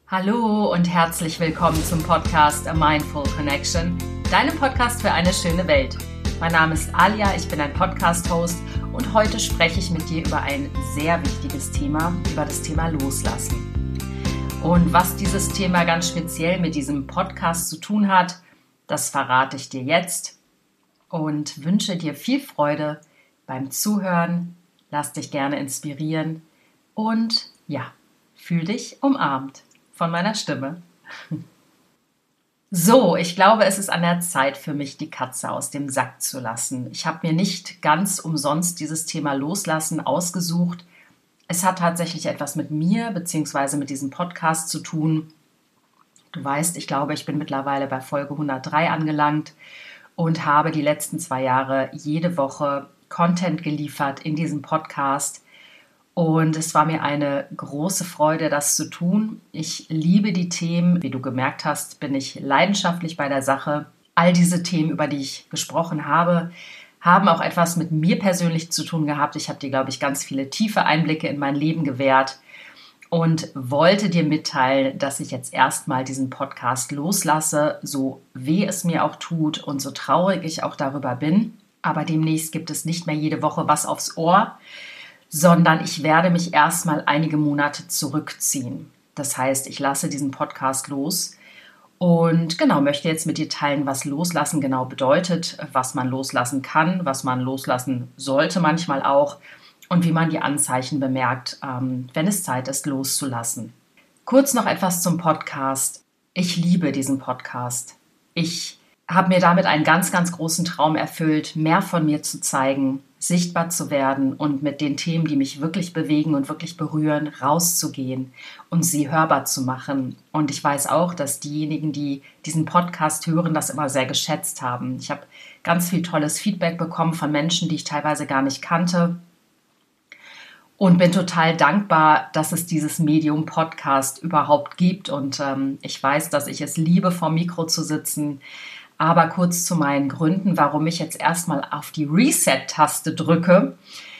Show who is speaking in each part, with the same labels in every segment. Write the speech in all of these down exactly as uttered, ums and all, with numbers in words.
Speaker 1: Hallo und herzlich willkommen zum Podcast A Mindful Connection, deinem Podcast für eine schöne Welt. Mein Name ist Alia, ich bin ein Podcast-Host und heute spreche ich mit dir über ein sehr wichtiges Thema, über das Thema Loslassen. Und was dieses Thema ganz speziell mit diesem Podcast zu tun hat, das verrate ich dir jetzt und wünsche dir viel Freude beim Zuhören. Lass dich gerne inspirieren und ja, fühl dich umarmt von meiner Stimme. So, ich glaube, es ist an der Zeit für mich, die Katze aus dem Sack zu lassen. Ich habe mir nicht ganz umsonst dieses Thema Loslassen ausgesucht. Es hat tatsächlich etwas mit mir bzw. mit diesem Podcast zu tun. Du weißt, ich glaube, ich bin mittlerweile bei Folge hundertdrei angelangt und habe die letzten zwei Jahre jede Woche Content geliefert in diesem Podcast. Und es war mir eine große Freude, das zu tun. Ich liebe die Themen. Wie du gemerkt hast, bin ich leidenschaftlich bei der Sache. All diese Themen, über die ich gesprochen habe, haben auch etwas mit mir persönlich zu tun gehabt. Ich habe dir, glaube ich, ganz viele tiefe Einblicke in mein Leben gewährt und wollte dir mitteilen, dass ich jetzt erstmal diesen Podcast loslasse, so weh es mir auch tut und so traurig ich auch darüber bin. Aber demnächst gibt es nicht mehr jede Woche was aufs Ohr, sondern ich werde mich erstmal einige Monate zurückziehen. Das heißt, ich lasse diesen Podcast los und genau möchte jetzt mit dir teilen, was Loslassen genau bedeutet, was man loslassen kann, was man loslassen sollte manchmal auch und wie man die Anzeichen bemerkt, ähm, wenn es Zeit ist, loszulassen. Kurz noch etwas zum Podcast. Ich liebe diesen Podcast. Ich habe mir damit einen ganz, ganz großen Traum erfüllt, mehr von mir zu zeigen, sichtbar zu werden und mit den Themen, die mich wirklich bewegen und wirklich berühren, rauszugehen und sie hörbar zu machen. Und ich weiß auch, dass diejenigen, die diesen Podcast hören, das immer sehr geschätzt haben. Ich habe ganz viel tolles Feedback bekommen von Menschen, die ich teilweise gar nicht kannte und bin total dankbar, dass es dieses Medium Podcast überhaupt gibt. Und ähm, ich weiß, dass ich es liebe, vor dem Mikro zu sitzen. Aber kurz zu meinen Gründen, warum ich jetzt erstmal auf die Reset-Taste drücke.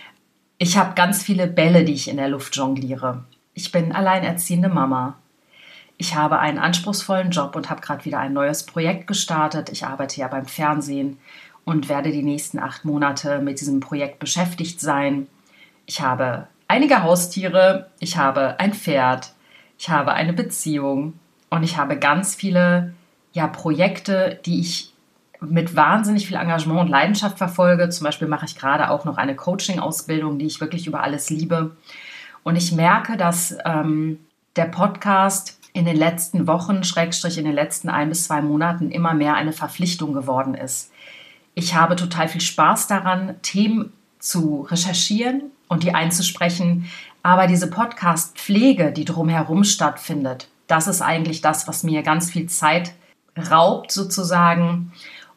Speaker 1: Ich habe ganz viele Bälle, die ich in der Luft jongliere. Ich bin alleinerziehende Mama. Ich habe einen anspruchsvollen Job und habe gerade wieder ein neues Projekt gestartet. Ich arbeite ja beim Fernsehen und werde die nächsten acht Monate mit diesem Projekt beschäftigt sein. Ich habe einige Haustiere, ich habe ein Pferd, ich habe eine Beziehung und ich habe ganz viele ja, Projekte, die ich mit wahnsinnig viel Engagement und Leidenschaft verfolge. Zum Beispiel mache ich gerade auch noch eine Coaching-Ausbildung, die ich wirklich über alles liebe. Und ich merke, dass ähm, der Podcast in den letzten Wochen, Schrägstrich in den letzten ein bis zwei Monaten immer mehr eine Verpflichtung geworden ist. Ich habe total viel Spaß daran, Themen zu recherchieren und die einzusprechen. Aber diese Podcast-Pflege, die drumherum stattfindet, das ist eigentlich das, was mir ganz viel Zeit raubt sozusagen.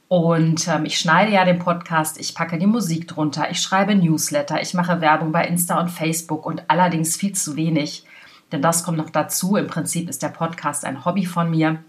Speaker 1: Und ähm, ich schneide ja den Podcast, ich packe die Musik drunter, ich schreibe Newsletter, ich mache Werbung bei Insta und Facebook und allerdings viel zu wenig, denn das kommt noch dazu. Im Prinzip ist der Podcast ein Hobby von mir,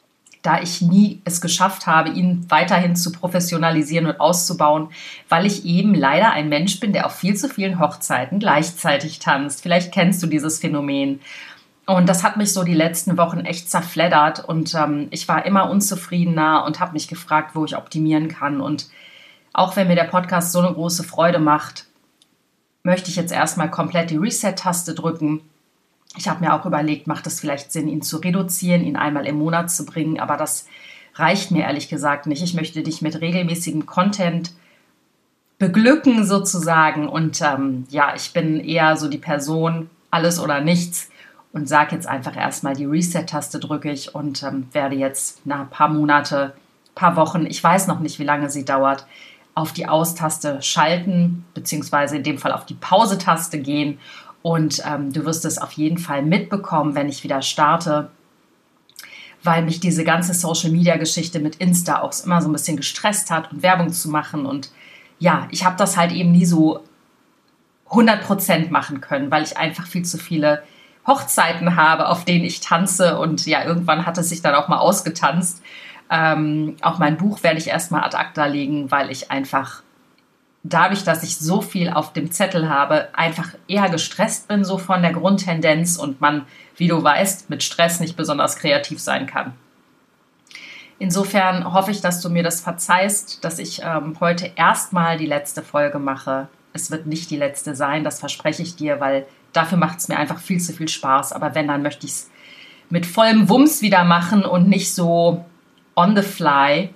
Speaker 1: da ich nie es geschafft habe, ihn weiterhin zu professionalisieren und auszubauen, weil ich eben leider ein Mensch bin, der auf viel zu vielen Hochzeiten gleichzeitig tanzt. Vielleicht kennst du dieses Phänomen. Und das hat mich so die letzten Wochen echt zerfleddert und ähm, ich war immer unzufriedener und habe mich gefragt, wo ich optimieren kann. Und auch wenn mir der Podcast so eine große Freude macht, möchte ich jetzt erstmal komplett die Reset-Taste drücken. Ich habe mir auch überlegt, macht es vielleicht Sinn, ihn zu reduzieren, ihn einmal im Monat zu bringen, aber das reicht mir ehrlich gesagt nicht. Ich möchte dich mit regelmäßigem Content beglücken sozusagen und ähm, ja, ich bin eher so die Person, alles oder nichts. Und sage jetzt einfach erstmal, die Reset-Taste drücke ich und ähm, werde jetzt nach ein paar Monate, paar Wochen, ich weiß noch nicht, wie lange sie dauert, auf die Aus-Taste schalten, beziehungsweise in dem Fall auf die Pause-Taste gehen. Und ähm, du wirst es auf jeden Fall mitbekommen, wenn ich wieder starte, weil mich diese ganze Social-Media-Geschichte mit Insta auch immer so ein bisschen gestresst hat und Werbung zu machen. Und ja, ich habe das halt eben nie so hundert Prozent machen können, weil ich einfach viel zu viele Hochzeiten habe, auf denen ich tanze und ja, irgendwann hat es sich dann auch mal ausgetanzt. Ähm, auch mein Buch werde ich erstmal ad acta legen, weil ich einfach dadurch, dass ich so viel auf dem Zettel habe, einfach eher gestresst bin, so von der Grundtendenz und man, wie du weißt, mit Stress nicht besonders kreativ sein kann. Insofern hoffe ich, dass du mir das verzeihst, dass ich ähm, heute erstmal die letzte Folge mache. Es wird nicht die letzte sein, das verspreche ich dir, weil dafür macht es mir einfach viel zu viel Spaß. Aber wenn, dann möchte ich es mit vollem Wumms wieder machen und nicht so on the fly.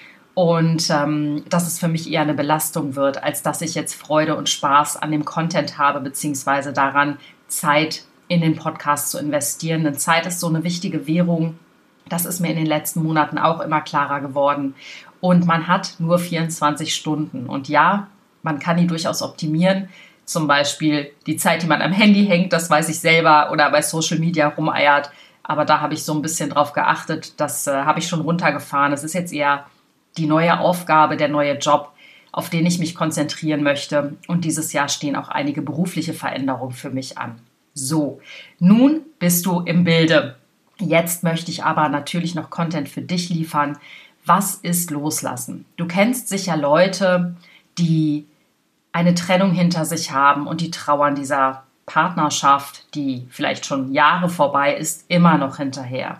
Speaker 1: Und ähm, dass es für mich eher eine Belastung wird, als dass ich jetzt Freude und Spaß an dem Content habe, beziehungsweise daran, Zeit in den Podcast zu investieren. Denn Zeit ist so eine wichtige Währung. Das ist mir in den letzten Monaten auch immer klarer geworden. Und man hat nur vierundzwanzig Stunden. Und ja, man kann die durchaus optimieren. Zum Beispiel die Zeit, die man am Handy hängt, das weiß ich selber, oder bei Social Media rumeiert. Aber da habe ich so ein bisschen drauf geachtet. Das äh, habe ich schon runtergefahren. Es ist jetzt eher die neue Aufgabe, der neue Job, auf den ich mich konzentrieren möchte. Und dieses Jahr stehen auch einige berufliche Veränderungen für mich an. So, nun bist du im Bilde. Jetzt möchte ich aber natürlich noch Content für dich liefern. Was ist Loslassen? Du kennst sicher Leute, die eine Trennung hinter sich haben und die trauern dieser Partnerschaft, die vielleicht schon Jahre vorbei ist, immer noch hinterher.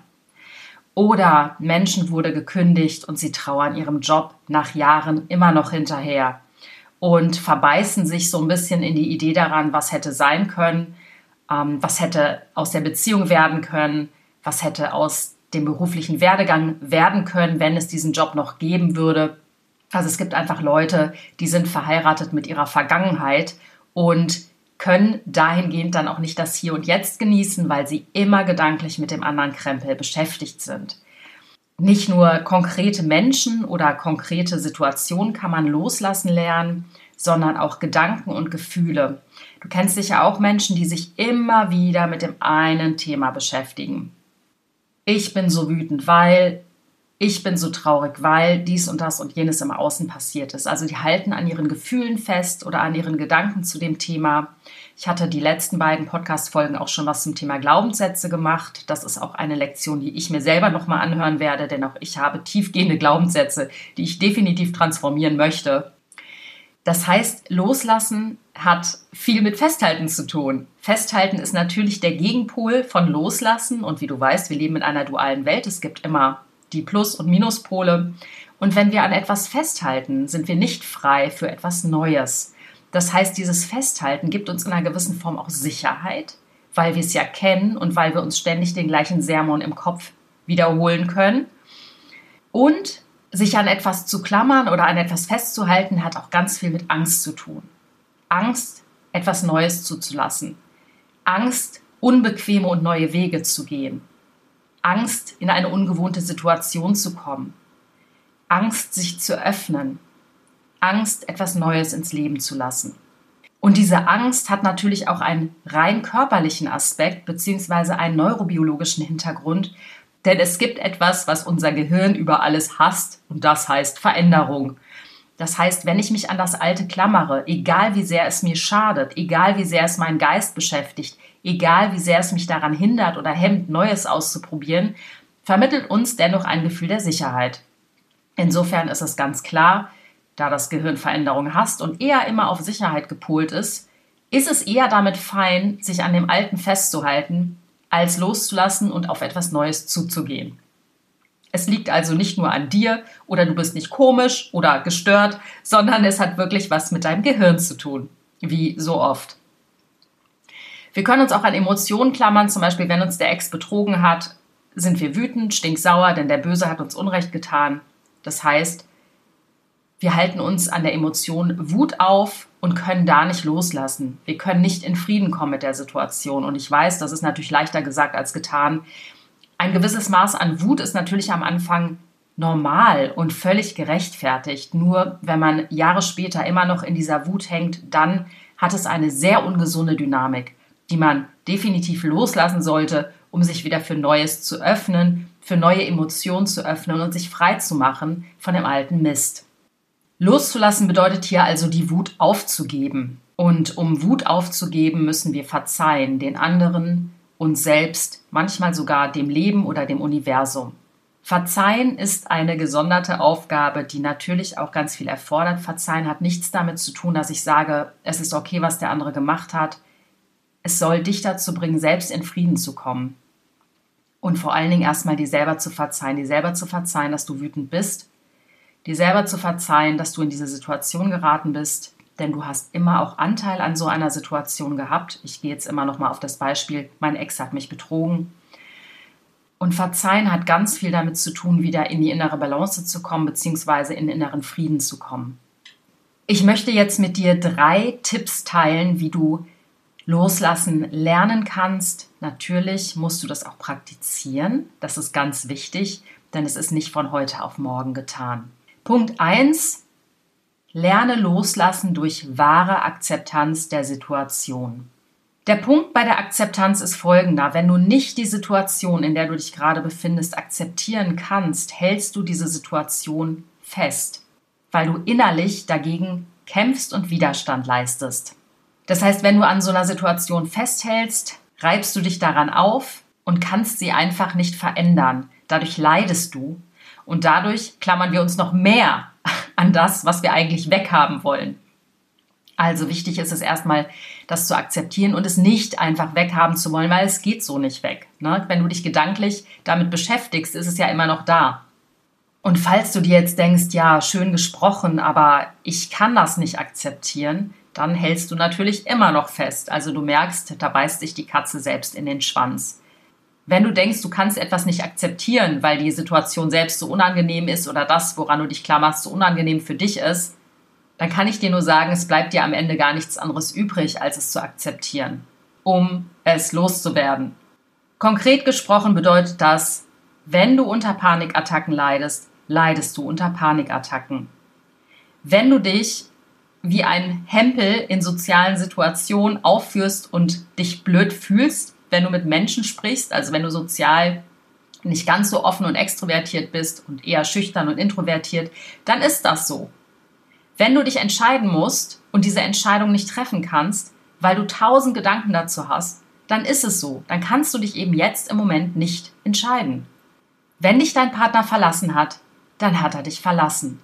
Speaker 1: Oder Menschen wurde gekündigt und sie trauern ihrem Job nach Jahren immer noch hinterher und verbeißen sich so ein bisschen in die Idee daran, was hätte sein können, ähm, was hätte aus der Beziehung werden können, was hätte aus dem beruflichen Werdegang werden können, wenn es diesen Job noch geben würde. Also es gibt einfach Leute, die sind verheiratet mit ihrer Vergangenheit und können dahingehend dann auch nicht das Hier und Jetzt genießen, weil sie immer gedanklich mit dem anderen Krempel beschäftigt sind. Nicht nur konkrete Menschen oder konkrete Situationen kann man loslassen lernen, sondern auch Gedanken und Gefühle. Du kennst sicher auch Menschen, die sich immer wieder mit dem einen Thema beschäftigen. Ich bin so wütend, weil, ich bin so traurig, weil dies und das und jenes im Außen passiert ist. Also die halten an ihren Gefühlen fest oder an ihren Gedanken zu dem Thema. Ich hatte die letzten beiden Podcast-Folgen auch schon was zum Thema Glaubenssätze gemacht. Das ist auch eine Lektion, die ich mir selber nochmal anhören werde, denn auch ich habe tiefgehende Glaubenssätze, die ich definitiv transformieren möchte. Das heißt, Loslassen hat viel mit Festhalten zu tun. Festhalten ist natürlich der Gegenpol von Loslassen. Und wie du weißt, wir leben in einer dualen Welt. Es gibt immer die Plus- und Minuspole. Und wenn wir an etwas festhalten, sind wir nicht frei für etwas Neues. Das heißt, dieses Festhalten gibt uns in einer gewissen Form auch Sicherheit, weil wir es ja kennen und weil wir uns ständig den gleichen Sermon im Kopf wiederholen können. Und sich an etwas zu klammern oder an etwas festzuhalten, hat auch ganz viel mit Angst zu tun. Angst, etwas Neues zuzulassen. Angst, unbequeme und neue Wege zu gehen. Angst, in eine ungewohnte Situation zu kommen. Angst, sich zu öffnen. Angst, etwas Neues ins Leben zu lassen. Und diese Angst hat natürlich auch einen rein körperlichen Aspekt beziehungsweise einen neurobiologischen Hintergrund, denn es gibt etwas, was unser Gehirn über alles hasst und das heißt Veränderung. Das heißt, wenn ich mich an das Alte klammere, egal wie sehr es mir schadet, egal wie sehr es meinen Geist beschäftigt, egal wie sehr es mich daran hindert oder hemmt, Neues auszuprobieren, vermittelt uns dennoch ein Gefühl der Sicherheit. Insofern ist es ganz klar, da das Gehirn Veränderung hasst und eher immer auf Sicherheit gepolt ist, ist es eher damit fein, sich an dem Alten festzuhalten, als loszulassen und auf etwas Neues zuzugehen. Es liegt also nicht nur an dir oder du bist nicht komisch oder gestört, sondern es hat wirklich was mit deinem Gehirn zu tun, wie so oft. Wir können uns auch an Emotionen klammern, zum Beispiel wenn uns der Ex betrogen hat, sind wir wütend, stinksauer, denn der Böse hat uns Unrecht getan. Das heißt, wir halten uns an der Emotion Wut auf und können da nicht loslassen. Wir können nicht in Frieden kommen mit der Situation. Und ich weiß, das ist natürlich leichter gesagt als getan. Ein gewisses Maß an Wut ist natürlich am Anfang normal und völlig gerechtfertigt. Nur wenn man Jahre später immer noch in dieser Wut hängt, dann hat es eine sehr ungesunde Dynamik, die man definitiv loslassen sollte, um sich wieder für Neues zu öffnen, für neue Emotionen zu öffnen und sich frei zu machen von dem alten Mist. Loszulassen bedeutet hier also, die Wut aufzugeben. Und um Wut aufzugeben, müssen wir verzeihen, den anderen, uns selbst, manchmal sogar dem Leben oder dem Universum. Verzeihen ist eine gesonderte Aufgabe, die natürlich auch ganz viel erfordert. Verzeihen hat nichts damit zu tun, dass ich sage, es ist okay, was der andere gemacht hat. Es soll dich dazu bringen, selbst in Frieden zu kommen. Und vor allen Dingen erstmal dir selber zu verzeihen, dir selber zu verzeihen, dass du wütend bist, dir selber zu verzeihen, dass du in diese Situation geraten bist, denn du hast immer auch Anteil an so einer Situation gehabt. Ich gehe jetzt immer noch mal auf das Beispiel, mein Ex hat mich betrogen. Und Verzeihen hat ganz viel damit zu tun, wieder in die innere Balance zu kommen, beziehungsweise in inneren Frieden zu kommen. Ich möchte jetzt mit dir drei Tipps teilen, wie du loslassen lernen kannst. Natürlich musst du das auch praktizieren. Das ist ganz wichtig, denn es ist nicht von heute auf morgen getan. Punkt eins: Lerne loslassen durch wahre Akzeptanz der Situation. Der Punkt bei der Akzeptanz ist folgender: Wenn du nicht die Situation, in der du dich gerade befindest, akzeptieren kannst, hältst du diese Situation fest, weil du innerlich dagegen kämpfst und Widerstand leistest. Das heißt, wenn du an so einer Situation festhältst, reibst du dich daran auf und kannst sie einfach nicht verändern. Dadurch leidest du und dadurch klammern wir uns noch mehr an das, was wir eigentlich weghaben wollen. Also wichtig ist es erstmal, das zu akzeptieren und es nicht einfach weghaben zu wollen, weil es geht so nicht weg. Ne? Wenn du dich gedanklich damit beschäftigst, ist es ja immer noch da. Und falls du dir jetzt denkst, ja, schön gesprochen, aber ich kann das nicht akzeptieren, dann hältst du natürlich immer noch fest. Also du merkst, da beißt sich die Katze selbst in den Schwanz. Wenn du denkst, du kannst etwas nicht akzeptieren, weil die Situation selbst so unangenehm ist oder das, woran du dich klammerst, so unangenehm für dich ist, dann kann ich dir nur sagen, es bleibt dir am Ende gar nichts anderes übrig, als es zu akzeptieren, um es loszuwerden. Konkret gesprochen bedeutet das, wenn du unter Panikattacken leidest, leidest du unter Panikattacken. Wenn du dich wie ein Hempel in sozialen Situationen aufführst und dich blöd fühlst, wenn du mit Menschen sprichst, also wenn du sozial nicht ganz so offen und extrovertiert bist und eher schüchtern und introvertiert, dann ist das so. Wenn du dich entscheiden musst und diese Entscheidung nicht treffen kannst, weil du tausend Gedanken dazu hast, dann ist es so. Dann kannst du dich eben jetzt im Moment nicht entscheiden. Wenn dich dein Partner verlassen hat, dann hat er dich verlassen.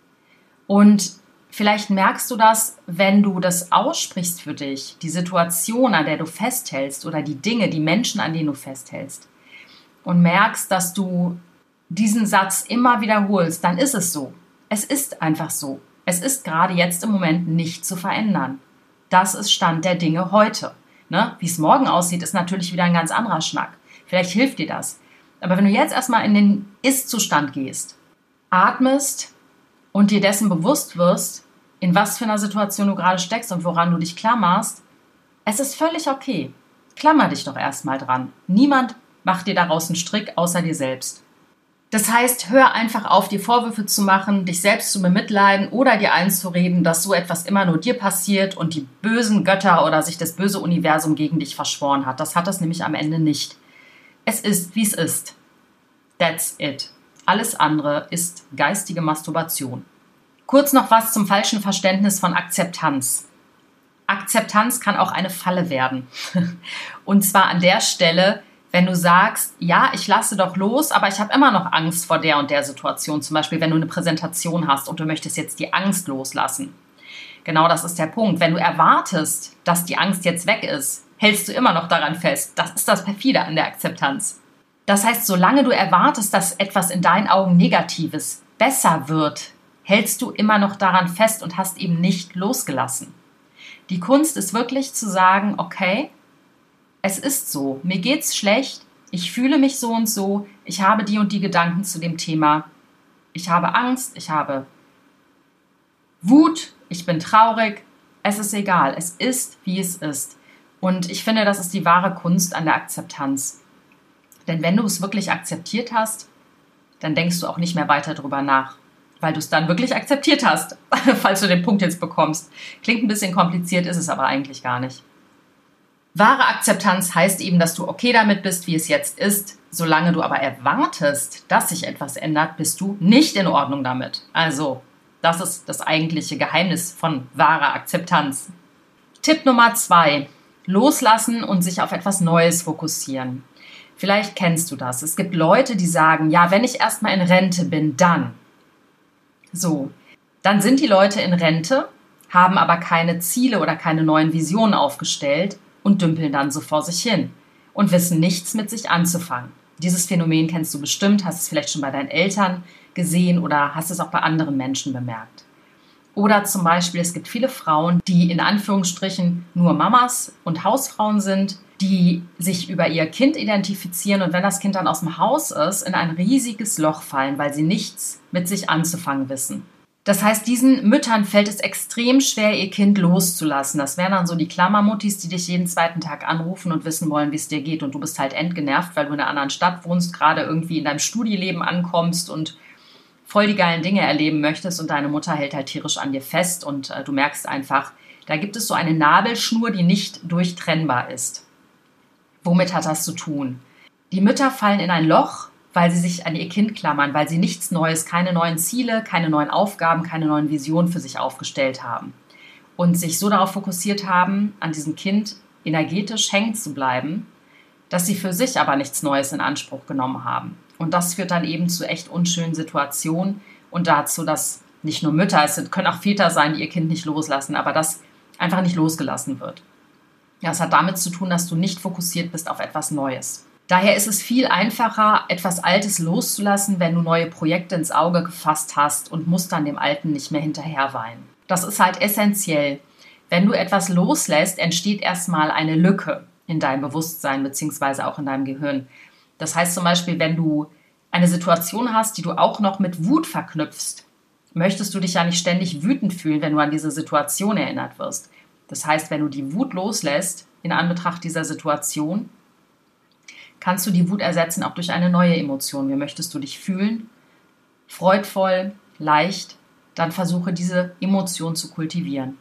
Speaker 1: Und vielleicht merkst du das, wenn du das aussprichst für dich, die Situation, an der du festhältst oder die Dinge, die Menschen, an denen du festhältst und merkst, dass du diesen Satz immer wiederholst, dann ist es so. Es ist einfach so. Es ist gerade jetzt im Moment nicht zu verändern. Das ist Stand der Dinge heute. Ne? Wie es morgen aussieht, ist natürlich wieder ein ganz anderer Schnack. Vielleicht hilft dir das. Aber wenn du jetzt erstmal in den Ist-Zustand gehst, atmest und dir dessen bewusst wirst, in was für einer Situation du gerade steckst und woran du dich klammerst, es ist völlig okay. Klammer dich doch erstmal dran. Niemand macht dir daraus einen Strick, außer dir selbst. Das heißt, hör einfach auf, dir Vorwürfe zu machen, dich selbst zu bemitleiden oder dir einzureden, dass so etwas immer nur dir passiert und die bösen Götter oder sich das böse Universum gegen dich verschworen hat. Das hat es nämlich am Ende nicht. Es ist, wie es ist. That's it. Alles andere ist geistige Masturbation. Kurz noch was zum falschen Verständnis von Akzeptanz. Akzeptanz kann auch eine Falle werden. Und zwar an der Stelle, wenn du sagst, ja, ich lasse doch los, aber ich habe immer noch Angst vor der und der Situation. Zum Beispiel, wenn du eine Präsentation hast und du möchtest jetzt die Angst loslassen. Genau das ist der Punkt. Wenn du erwartest, dass die Angst jetzt weg ist, hältst du immer noch daran fest. Das ist das Perfide an der Akzeptanz. Das heißt, solange du erwartest, dass etwas in deinen Augen Negatives besser wird, hältst du immer noch daran fest und hast eben nicht losgelassen. Die Kunst ist wirklich zu sagen, okay, es ist so, mir geht's schlecht, ich fühle mich so und so, ich habe die und die Gedanken zu dem Thema, ich habe Angst, ich habe Wut, ich bin traurig, es ist egal, es ist, wie es ist. Und ich finde, das ist die wahre Kunst an der Akzeptanz. Denn wenn du es wirklich akzeptiert hast, dann denkst du auch nicht mehr weiter drüber nach, weil du es dann wirklich akzeptiert hast, falls du den Punkt jetzt bekommst. Klingt ein bisschen kompliziert, ist es aber eigentlich gar nicht. Wahre Akzeptanz heißt eben, dass du okay damit bist, wie es jetzt ist. Solange du aber erwartest, dass sich etwas ändert, bist du nicht in Ordnung damit. Also, das ist das eigentliche Geheimnis von wahrer Akzeptanz. Tipp Nummer zwei: Loslassen und sich auf etwas Neues fokussieren. Vielleicht kennst du das. Es gibt Leute, die sagen, ja, wenn ich erstmal in Rente bin, dann. So, dann sind die Leute in Rente, haben aber keine Ziele oder keine neuen Visionen aufgestellt und dümpeln dann so vor sich hin und wissen nichts mit sich anzufangen. Dieses Phänomen kennst du bestimmt, hast es vielleicht schon bei deinen Eltern gesehen oder hast es auch bei anderen Menschen bemerkt. Oder zum Beispiel, es gibt viele Frauen, die in Anführungsstrichen nur Mamas und Hausfrauen sind, die sich über ihr Kind identifizieren und wenn das Kind dann aus dem Haus ist, in ein riesiges Loch fallen, weil sie nichts mit sich anzufangen wissen. Das heißt, diesen Müttern fällt es extrem schwer, ihr Kind loszulassen. Das wären dann so die Klammermuttis, die dich jeden zweiten Tag anrufen und wissen wollen, wie es dir geht. Und du bist halt endgenervt, weil du in einer anderen Stadt wohnst, gerade irgendwie in deinem Studieleben ankommst und voll die geilen Dinge erleben möchtest und deine Mutter hält halt tierisch an dir fest und äh, du merkst einfach, da gibt es so eine Nabelschnur, die nicht durchtrennbar ist. Womit hat das zu tun? Die Mütter fallen in ein Loch, weil sie sich an ihr Kind klammern, weil sie nichts Neues, keine neuen Ziele, keine neuen Aufgaben, keine neuen Visionen für sich aufgestellt haben und sich so darauf fokussiert haben, an diesem Kind energetisch hängen zu bleiben, dass sie für sich aber nichts Neues in Anspruch genommen haben. Und das führt dann eben zu echt unschönen Situationen und dazu, dass nicht nur Mütter, es können auch Väter sein, die ihr Kind nicht loslassen, aber das einfach nicht losgelassen wird. Ja, es hat damit zu tun, dass du nicht fokussiert bist auf etwas Neues. Daher ist es viel einfacher, etwas Altes loszulassen, wenn du neue Projekte ins Auge gefasst hast und musst dann dem Alten nicht mehr hinterherweinen. Das ist halt essentiell. Wenn du etwas loslässt, entsteht erstmal eine Lücke in deinem Bewusstsein bzw. auch in deinem Gehirn. Das heißt zum Beispiel, wenn du eine Situation hast, die du auch noch mit Wut verknüpfst, möchtest du dich ja nicht ständig wütend fühlen, wenn du an diese Situation erinnert wirst. Das heißt, wenn du die Wut loslässt in Anbetracht dieser Situation, kannst du die Wut ersetzen auch durch eine neue Emotion. Wie möchtest du dich fühlen? Freudvoll, leicht. Dann versuche diese Emotion zu kultivieren.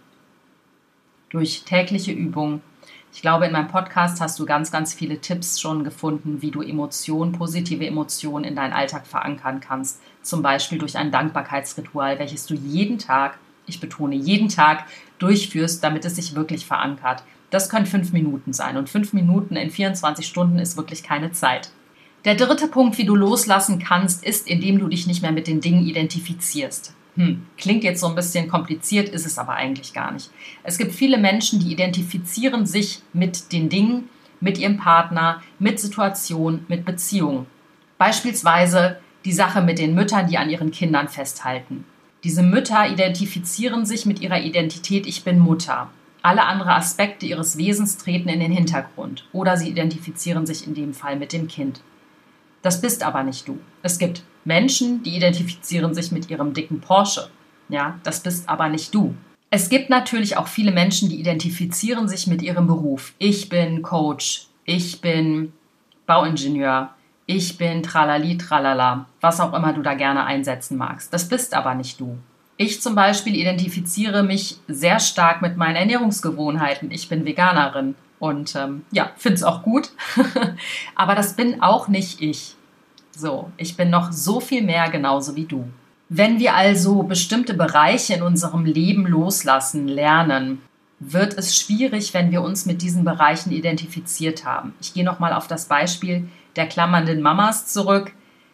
Speaker 1: Durch tägliche Übung. Ich glaube, in meinem Podcast hast du ganz, ganz viele Tipps schon gefunden, wie du Emotionen, positive Emotionen in deinen Alltag verankern kannst. Zum Beispiel durch ein Dankbarkeitsritual, welches du jeden Tag, ich betone jeden Tag, durchführst, damit es sich wirklich verankert. Das können fünf Minuten sein und fünf Minuten in vierundzwanzig Stunden ist wirklich keine Zeit. Der dritte Punkt, wie du loslassen kannst, ist, indem du dich nicht mehr mit den Dingen identifizierst. Hm, klingt jetzt so ein bisschen kompliziert, ist es aber eigentlich gar nicht. Es gibt viele Menschen, die identifizieren sich mit den Dingen, mit ihrem Partner, mit Situationen, mit Beziehungen. Beispielsweise die Sache mit den Müttern, die an ihren Kindern festhalten. Diese Mütter identifizieren sich mit ihrer Identität, ich bin Mutter. Alle anderen Aspekte ihres Wesens treten in den Hintergrund oder sie identifizieren sich in dem Fall mit dem Kind. Das bist aber nicht du. Es gibt Menschen, die identifizieren sich mit ihrem dicken Porsche. Ja, das bist aber nicht du. Es gibt natürlich auch viele Menschen, die identifizieren sich mit ihrem Beruf. Ich bin Coach, ich bin Bauingenieur, ich bin Tralali, Tralala, was auch immer du da gerne einsetzen magst. Das bist aber nicht du. Ich zum Beispiel identifiziere mich sehr stark mit meinen Ernährungsgewohnheiten. Ich bin Veganerin und ähm, ja, finde es auch gut. Aber das bin auch nicht ich. So, ich bin noch so viel mehr genauso wie du. Wenn wir also bestimmte Bereiche in unserem Leben loslassen, lernen, wird es schwierig, wenn wir uns mit diesen Bereichen identifiziert haben. Ich gehe nochmal auf das Beispiel der klammernden Mamas zurück.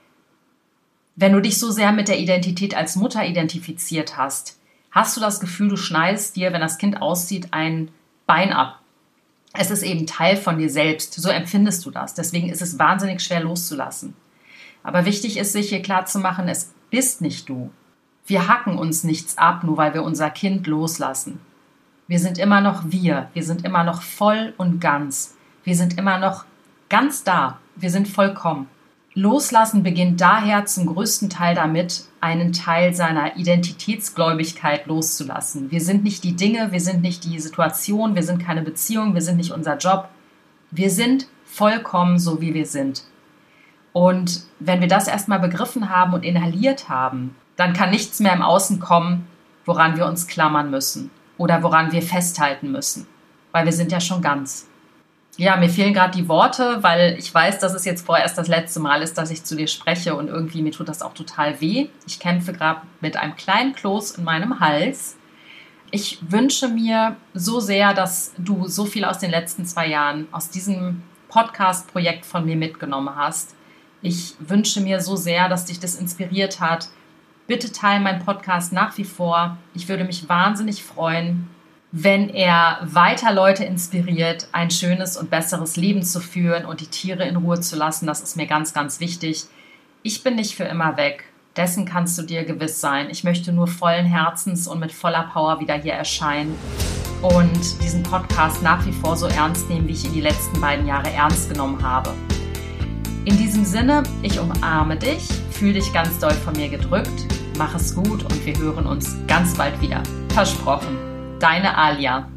Speaker 1: Wenn du dich so sehr mit der Identität als Mutter identifiziert hast, hast du das Gefühl, du schneidest dir, wenn das Kind auszieht, ein Bein ab. Es ist eben Teil von dir selbst. So empfindest du das. Deswegen ist es wahnsinnig schwer loszulassen. Aber wichtig ist, sich hier klarzumachen, es bist nicht du. Wir hacken uns nichts ab, nur weil wir unser Kind loslassen. Wir sind immer noch wir. Wir sind immer noch voll und ganz. Wir sind immer noch ganz da. Wir sind vollkommen. Loslassen beginnt daher zum größten Teil damit, einen Teil seiner Identitätsgläubigkeit loszulassen. Wir sind nicht die Dinge, wir sind nicht die Situation, wir sind keine Beziehung, wir sind nicht unser Job. Wir sind vollkommen so, wie wir sind. Und wenn wir das erstmal begriffen haben und inhaliert haben, dann kann nichts mehr im Außen kommen, woran wir uns klammern müssen oder woran wir festhalten müssen, weil wir sind ja schon ganz. Ja, mir fehlen gerade die Worte, weil ich weiß, dass es jetzt vorerst das letzte Mal ist, dass ich zu dir spreche und irgendwie mir tut das auch total weh. Ich kämpfe gerade mit einem kleinen Kloß in meinem Hals. Ich wünsche mir so sehr, dass du so viel aus den letzten zwei Jahren, aus diesem Podcast-Projekt von mir mitgenommen hast. Ich wünsche mir so sehr, dass dich das inspiriert hat. Bitte teile meinen Podcast nach wie vor. Ich würde mich wahnsinnig freuen, wenn er weiter Leute inspiriert, ein schönes und besseres Leben zu führen und die Tiere in Ruhe zu lassen. Das ist mir ganz, ganz wichtig. Ich bin nicht für immer weg. Dessen kannst du dir gewiss sein. Ich möchte nur vollen Herzens und mit voller Power wieder hier erscheinen und diesen Podcast nach wie vor so ernst nehmen, wie ich ihn die letzten beiden Jahre ernst genommen habe. In diesem Sinne, ich umarme dich, fühle dich ganz doll von mir gedrückt, mach es gut und wir hören uns ganz bald wieder. Versprochen. Deine Alia.